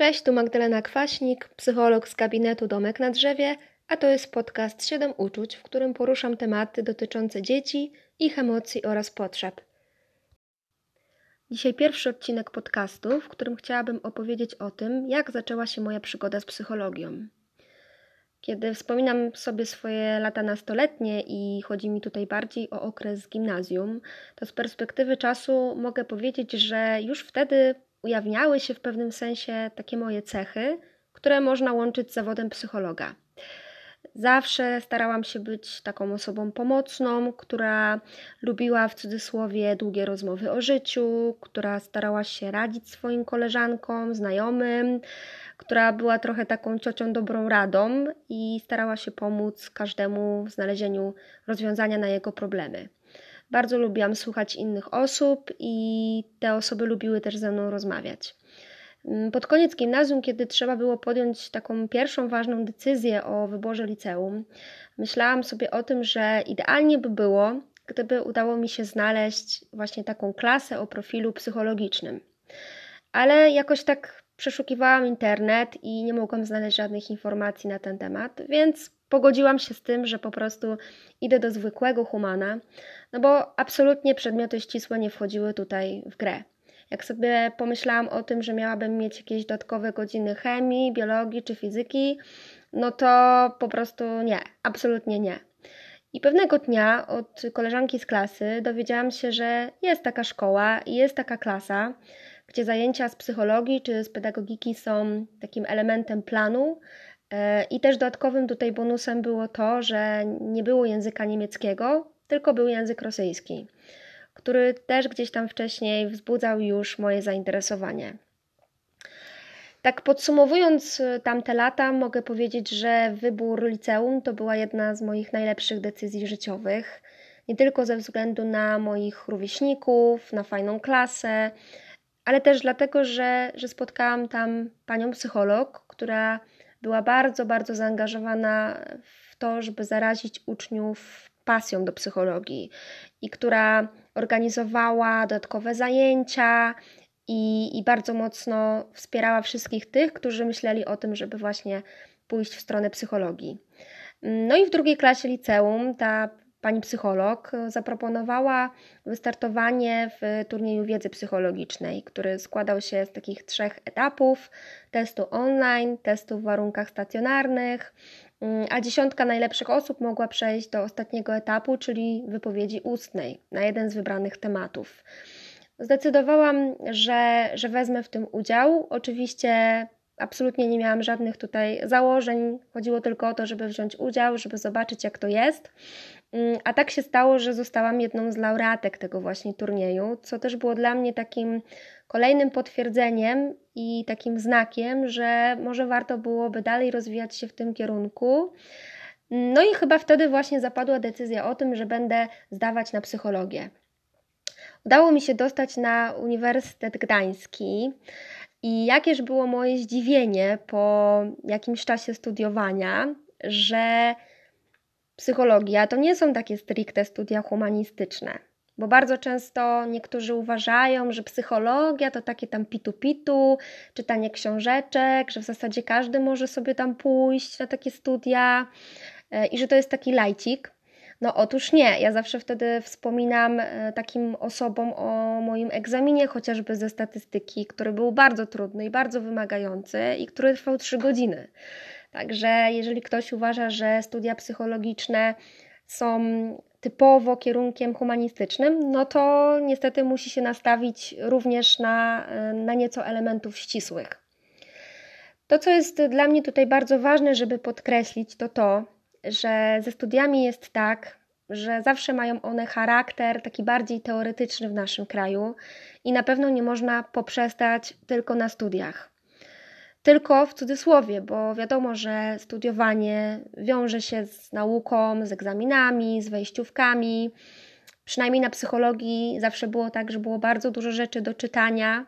Cześć, tu Magdalena Kwaśnik, psycholog z gabinetu Domek na Drzewie, a to jest podcast 7 uczuć, w którym poruszam tematy dotyczące dzieci, ich emocji oraz potrzeb. Dzisiaj pierwszy odcinek podcastu, w którym chciałabym opowiedzieć o tym, jak zaczęła się moja przygoda z psychologią. Kiedy wspominam sobie swoje lata nastoletnie i chodzi mi tutaj bardziej o okres gimnazjum, to z perspektywy czasu mogę powiedzieć, że już wtedy ujawniały się w pewnym sensie takie moje cechy, które można łączyć z zawodem psychologa. Zawsze starałam się być taką osobą pomocną, która lubiła w cudzysłowie długie rozmowy o życiu, która starała się radzić swoim koleżankom, znajomym, która była trochę taką ciocią dobrą radą i starała się pomóc każdemu w znalezieniu rozwiązania na jego problemy. Bardzo lubiłam słuchać innych osób i te osoby lubiły też ze mną rozmawiać. Pod koniec gimnazjum, kiedy trzeba było podjąć taką pierwszą ważną decyzję o wyborze liceum, myślałam sobie o tym, że idealnie by było, gdyby udało mi się znaleźć właśnie taką klasę o profilu psychologicznym. Ale jakoś tak przeszukiwałam internet i nie mogłam znaleźć żadnych informacji na ten temat, więc pogodziłam się z tym, że po prostu idę do zwykłego humana, no bo absolutnie przedmioty ścisłe nie wchodziły tutaj w grę. Jak sobie pomyślałam o tym, że miałabym mieć jakieś dodatkowe godziny chemii, biologii czy fizyki, no to po prostu nie, absolutnie nie. I pewnego dnia od koleżanki z klasy dowiedziałam się, że jest taka szkoła i jest taka klasa, gdzie zajęcia z psychologii czy z pedagogiki są takim elementem planu i też dodatkowym tutaj bonusem było to, że nie było języka niemieckiego, tylko był język rosyjski, który też gdzieś tam wcześniej wzbudzał już moje zainteresowanie. Tak podsumowując tamte lata, mogę powiedzieć, że wybór liceum to była jedna z moich najlepszych decyzji życiowych. Nie tylko ze względu na moich rówieśników, na fajną klasę, ale też dlatego, że spotkałam tam panią psycholog, która była bardzo, bardzo zaangażowana w to, żeby zarazić uczniów pasją do psychologii i która organizowała dodatkowe zajęcia i bardzo mocno wspierała wszystkich tych, którzy myśleli o tym, żeby właśnie pójść w stronę psychologii. No i w drugiej klasie liceum ta pani psycholog zaproponowała wystartowanie w turnieju wiedzy psychologicznej, który składał się z takich 3 etapów: testu online, testu w warunkach stacjonarnych, a 10 najlepszych osób mogła przejść do ostatniego etapu, czyli wypowiedzi ustnej na jeden z wybranych tematów. Zdecydowałam, że wezmę w tym udział. Oczywiście absolutnie nie miałam żadnych tutaj założeń. Chodziło tylko o to, żeby wziąć udział, żeby zobaczyć, jak to jest. A tak się stało, że zostałam jedną z laureatek tego właśnie turnieju, co też było dla mnie takim kolejnym potwierdzeniem i takim znakiem, że może warto byłoby dalej rozwijać się w tym kierunku. No i chyba wtedy właśnie zapadła decyzja o tym, że będę zdawać na psychologię. Udało mi się dostać na Uniwersytet Gdański i jakież było moje zdziwienie po jakimś czasie studiowania, że psychologia to nie są takie stricte studia humanistyczne, bo bardzo często niektórzy uważają, że psychologia to takie tam pitu-pitu, czytanie książeczek, że w zasadzie każdy może sobie tam pójść na takie studia i że to jest taki lajcik. No otóż nie, ja zawsze wtedy wspominam takim osobom o moim egzaminie, chociażby ze statystyki, który był bardzo trudny i bardzo wymagający i który trwał 3 godziny. Także jeżeli ktoś uważa, że studia psychologiczne są typowo kierunkiem humanistycznym, no to niestety musi się nastawić również na nieco elementów ścisłych. To, co jest dla mnie tutaj bardzo ważne, żeby podkreślić, to, że ze studiami jest tak, że zawsze mają one charakter taki bardziej teoretyczny w naszym kraju i na pewno nie można poprzestać tylko na studiach. Tylko w cudzysłowie, bo wiadomo, że studiowanie wiąże się z nauką, z egzaminami, z wejściówkami. Przynajmniej na psychologii zawsze było tak, że było bardzo dużo rzeczy do czytania,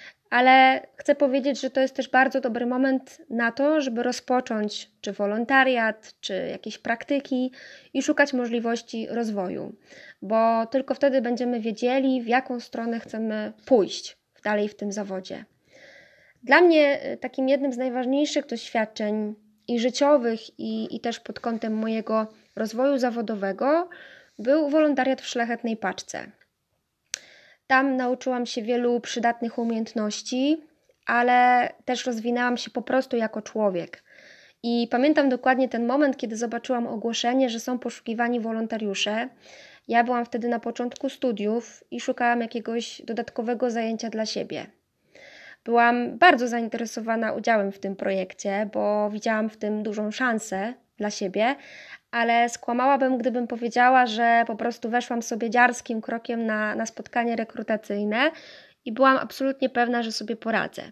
ale chcę powiedzieć, że to jest też bardzo dobry moment na to, żeby rozpocząć czy wolontariat, czy jakieś praktyki i szukać możliwości rozwoju, bo tylko wtedy będziemy wiedzieli, w jaką stronę chcemy pójść dalej w tym zawodzie. Dla mnie takim jednym z najważniejszych doświadczeń i życiowych, i też pod kątem mojego rozwoju zawodowego był wolontariat w Szlachetnej Paczce. Tam nauczyłam się wielu przydatnych umiejętności, ale też rozwinęłam się po prostu jako człowiek. I pamiętam dokładnie ten moment, kiedy zobaczyłam ogłoszenie, że są poszukiwani wolontariusze. Ja byłam wtedy na początku studiów i szukałam jakiegoś dodatkowego zajęcia dla siebie. Byłam bardzo zainteresowana udziałem w tym projekcie, bo widziałam w tym dużą szansę dla siebie, ale skłamałabym, gdybym powiedziała, że po prostu weszłam sobie dziarskim krokiem na spotkanie rekrutacyjne i byłam absolutnie pewna, że sobie poradzę.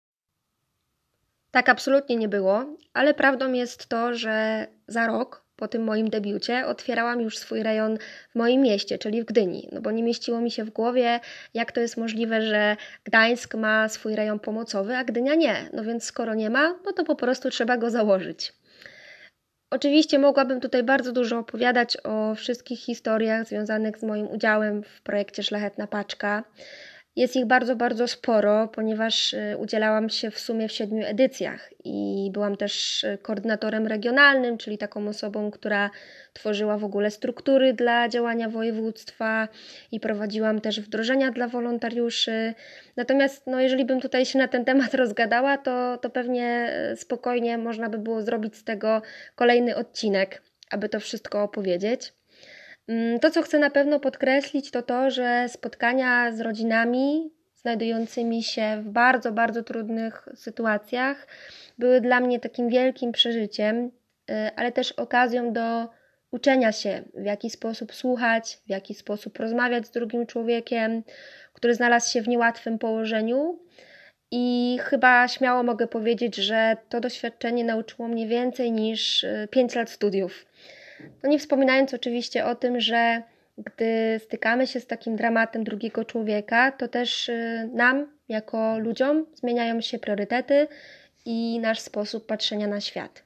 Tak absolutnie nie było, ale prawdą jest to, że za rok po tym moim debiucie otwierałam już swój rejon w moim mieście, czyli w Gdyni, no bo nie mieściło mi się w głowie, jak to jest możliwe, że Gdańsk ma swój rejon pomocowy, a Gdynia nie. No więc skoro nie ma, no to po prostu trzeba go założyć. Oczywiście mogłabym tutaj bardzo dużo opowiadać o wszystkich historiach związanych z moim udziałem w projekcie Szlachetna Paczka. Jest ich bardzo, bardzo sporo, ponieważ udzielałam się w sumie w 7 edycjach i byłam też koordynatorem regionalnym, czyli taką osobą, która tworzyła w ogóle struktury dla działania województwa i prowadziłam też wdrożenia dla wolontariuszy. Natomiast jeżeli bym tutaj się na ten temat rozgadała, to pewnie spokojnie można by było zrobić z tego kolejny odcinek, aby to wszystko opowiedzieć. To, co chcę na pewno podkreślić, to to, że spotkania z rodzinami znajdującymi się w bardzo, bardzo trudnych sytuacjach były dla mnie takim wielkim przeżyciem, ale też okazją do uczenia się, w jaki sposób słuchać, w jaki sposób rozmawiać z drugim człowiekiem, który znalazł się w niełatwym położeniu. I chyba śmiało mogę powiedzieć, że to doświadczenie nauczyło mnie więcej niż 5 lat studiów. No nie wspominając oczywiście o tym, że gdy stykamy się z takim dramatem drugiego człowieka, to też nam, jako ludziom, zmieniają się priorytety i nasz sposób patrzenia na świat.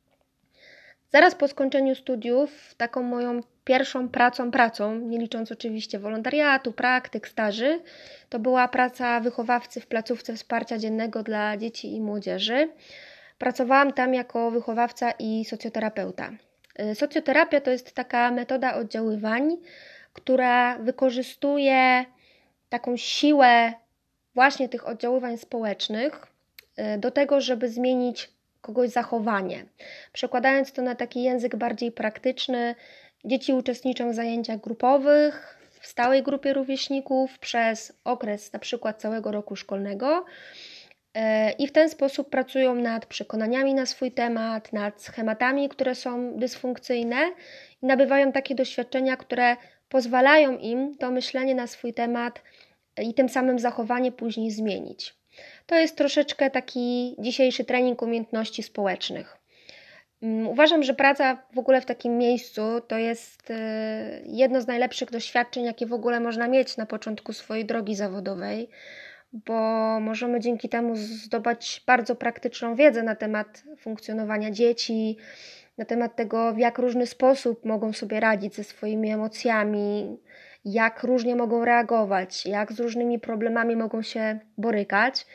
Zaraz po skończeniu studiów, taką moją pierwszą pracą, nie licząc oczywiście wolontariatu, praktyk, staży, to była praca wychowawcy w placówce wsparcia dziennego dla dzieci i młodzieży. Pracowałam tam jako wychowawca i socjoterapeuta. Socjoterapia to jest taka metoda oddziaływań, która wykorzystuje taką siłę właśnie tych oddziaływań społecznych do tego, żeby zmienić kogoś zachowanie. Przekładając to na taki język bardziej praktyczny, dzieci uczestniczą w zajęciach grupowych, w stałej grupie rówieśników przez okres na przykład całego roku szkolnego i w ten sposób pracują nad przekonaniami na swój temat, nad schematami, które są dysfunkcyjne i nabywają takie doświadczenia, które pozwalają im to myślenie na swój temat i tym samym zachowanie później zmienić. To jest troszeczkę taki dzisiejszy trening umiejętności społecznych. Uważam, że praca w ogóle w takim miejscu to jest jedno z najlepszych doświadczeń, jakie w ogóle można mieć na początku swojej drogi zawodowej, bo możemy dzięki temu zdobyć bardzo praktyczną wiedzę na temat funkcjonowania dzieci, na temat tego, w jak różny sposób mogą sobie radzić ze swoimi emocjami, jak różnie mogą reagować, jak z różnymi problemami mogą się borykać.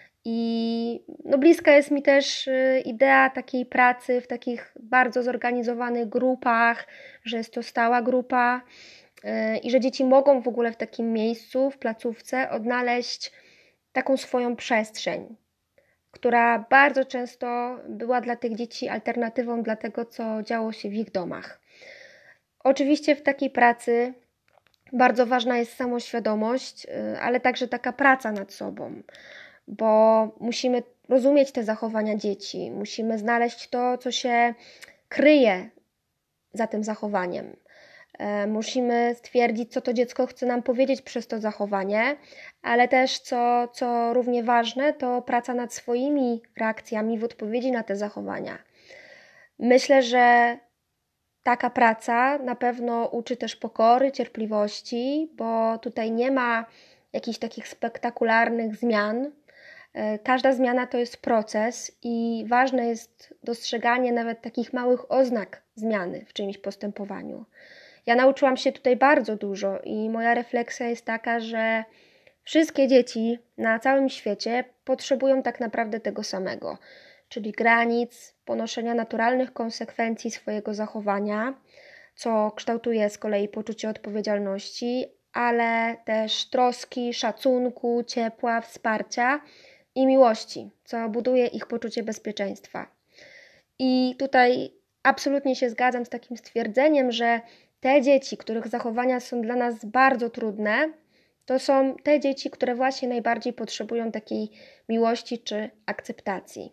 I bliska jest mi też idea takiej pracy w takich bardzo zorganizowanych grupach, że jest to stała grupa i że dzieci mogą w ogóle w takim miejscu, w placówce odnaleźć taką swoją przestrzeń, która bardzo często była dla tych dzieci alternatywą dla tego, co działo się w ich domach. Oczywiście w takiej pracy bardzo ważna jest samoświadomość, ale także taka praca nad sobą, bo musimy rozumieć te zachowania dzieci, musimy znaleźć to, co się kryje za tym zachowaniem. Musimy stwierdzić, co to dziecko chce nam powiedzieć przez to zachowanie, ale też, co równie ważne, to praca nad swoimi reakcjami w odpowiedzi na te zachowania. Myślę, że taka praca na pewno uczy też pokory, cierpliwości, bo tutaj nie ma jakichś takich spektakularnych zmian. Każda zmiana to jest proces i ważne jest dostrzeganie nawet takich małych oznak zmiany w czymś postępowaniu. Ja nauczyłam się tutaj bardzo dużo i moja refleksja jest taka, że Wszystkie dzieci na całym świecie potrzebują tak naprawdę tego samego, czyli granic, ponoszenia naturalnych konsekwencji swojego zachowania, co kształtuje z kolei poczucie odpowiedzialności, ale też troski, szacunku, ciepła, wsparcia i miłości, co buduje ich poczucie bezpieczeństwa. I tutaj absolutnie się zgadzam z takim stwierdzeniem, że te dzieci, których zachowania są dla nas bardzo trudne, to są te dzieci, które właśnie najbardziej potrzebują takiej miłości czy akceptacji.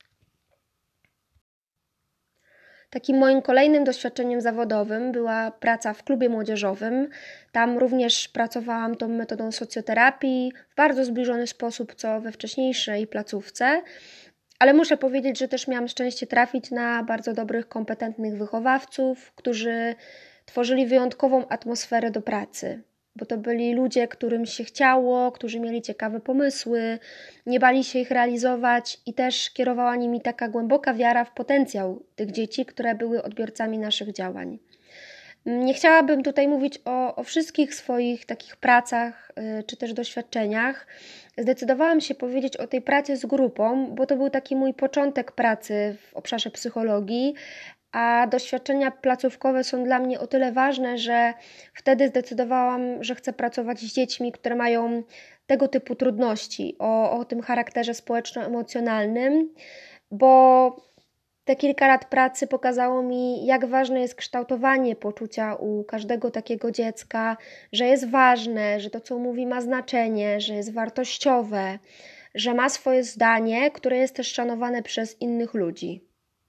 Takim moim kolejnym doświadczeniem zawodowym była praca w klubie młodzieżowym. Tam również pracowałam tą metodą socjoterapii w bardzo zbliżony sposób, co we wcześniejszej placówce. Ale muszę powiedzieć, że też miałam szczęście trafić na bardzo dobrych, kompetentnych wychowawców, którzy tworzyli wyjątkową atmosferę do pracy. Bo to byli ludzie, którym się chciało, którzy mieli ciekawe pomysły, nie bali się ich realizować i też kierowała nimi taka głęboka wiara w potencjał tych dzieci, które były odbiorcami naszych działań. Nie chciałabym tutaj mówić o wszystkich swoich takich pracach czy też doświadczeniach. Zdecydowałam się powiedzieć o tej pracy z grupą, bo to był taki mój początek pracy w obszarze psychologii, a doświadczenia placówkowe są dla mnie o tyle ważne, że wtedy zdecydowałam, że chcę pracować z dziećmi, które mają tego typu trudności, o tym charakterze społeczno-emocjonalnym, bo te kilka lat pracy pokazało mi, jak ważne jest kształtowanie poczucia u każdego takiego dziecka, że jest ważne, że to, co mówi, ma znaczenie, że jest wartościowe, że ma swoje zdanie, które jest też szanowane przez innych ludzi.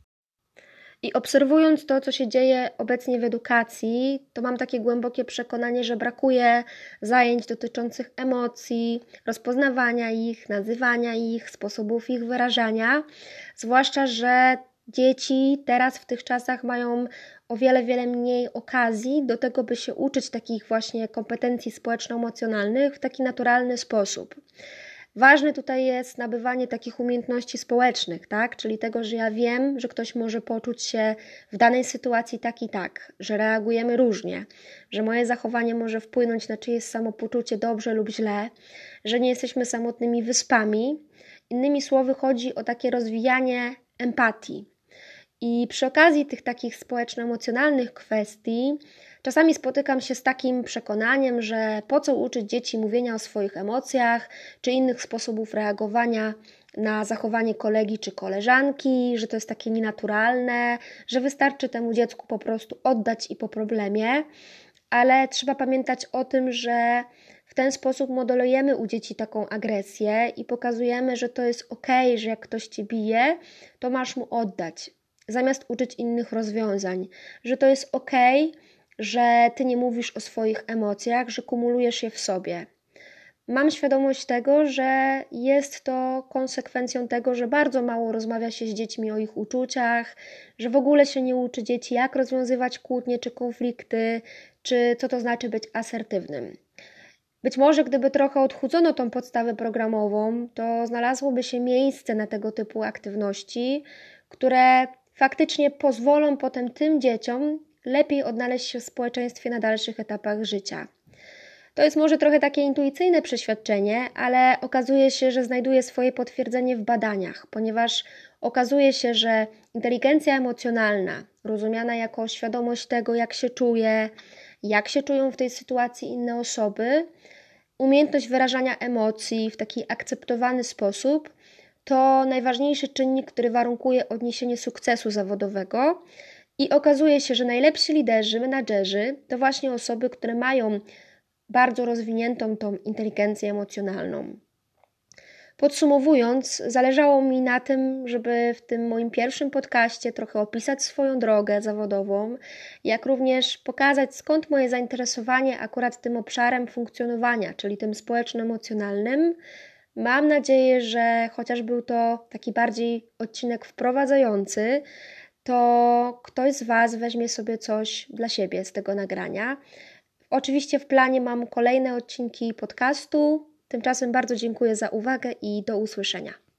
I obserwując to, co się dzieje obecnie w edukacji, to mam takie głębokie przekonanie, że brakuje zajęć dotyczących emocji, rozpoznawania ich, nazywania ich, sposobów ich wyrażania, zwłaszcza, że dzieci teraz w tych czasach mają o wiele, wiele mniej okazji do tego, by się uczyć takich właśnie kompetencji społeczno-emocjonalnych w taki naturalny sposób. Ważne tutaj jest nabywanie takich umiejętności społecznych, tak? Czyli tego, że ja wiem, że ktoś może poczuć się w danej sytuacji tak i tak, że reagujemy różnie, że moje zachowanie może wpłynąć na czyjeś samopoczucie dobrze lub źle, że nie jesteśmy samotnymi wyspami. Innymi słowy, chodzi o takie rozwijanie empatii. I przy okazji tych takich społeczno-emocjonalnych kwestii czasami spotykam się z takim przekonaniem, że po co uczyć dzieci mówienia o swoich emocjach, czy innych sposobów reagowania na zachowanie kolegi czy koleżanki, że to jest takie nienaturalne, że wystarczy temu dziecku po prostu oddać i po problemie, ale trzeba pamiętać o tym, że w ten sposób modelujemy u dzieci taką agresję i pokazujemy, że to jest okej, że jak ktoś Cię bije, to masz mu oddać, zamiast uczyć innych rozwiązań, że to jest okej, że Ty nie mówisz o swoich emocjach, że kumulujesz je w sobie. Mam świadomość tego, że jest to konsekwencją tego, że bardzo mało rozmawia się z dziećmi o ich uczuciach, że w ogóle się nie uczy dzieci, jak rozwiązywać kłótnie czy konflikty, czy co to znaczy być asertywnym. Być może gdyby trochę odchudzono tą podstawę programową, to znalazłoby się miejsce na tego typu aktywności, które faktycznie pozwolą potem tym dzieciom lepiej odnaleźć się w społeczeństwie na dalszych etapach życia. To jest może trochę takie intuicyjne przeświadczenie, ale okazuje się, że znajduje swoje potwierdzenie w badaniach, ponieważ okazuje się, że inteligencja emocjonalna, rozumiana jako świadomość tego, jak się czują w tej sytuacji inne osoby, umiejętność wyrażania emocji w taki akceptowany sposób, to najważniejszy czynnik, który warunkuje odniesienie sukcesu zawodowego i okazuje się, że najlepsi liderzy, menadżerzy to właśnie osoby, które mają bardzo rozwiniętą tą inteligencję emocjonalną. Podsumowując, zależało mi na tym, żeby w tym moim pierwszym podcaście trochę opisać swoją drogę zawodową, jak również pokazać, skąd moje zainteresowanie akurat tym obszarem funkcjonowania, czyli tym społeczno-emocjonalnym. Mam nadzieję, że chociaż był to taki bardziej odcinek wprowadzający, to ktoś z Was weźmie sobie coś dla siebie z tego nagrania. Oczywiście w planie mam kolejne odcinki podcastu. Tymczasem bardzo dziękuję za uwagę i do usłyszenia.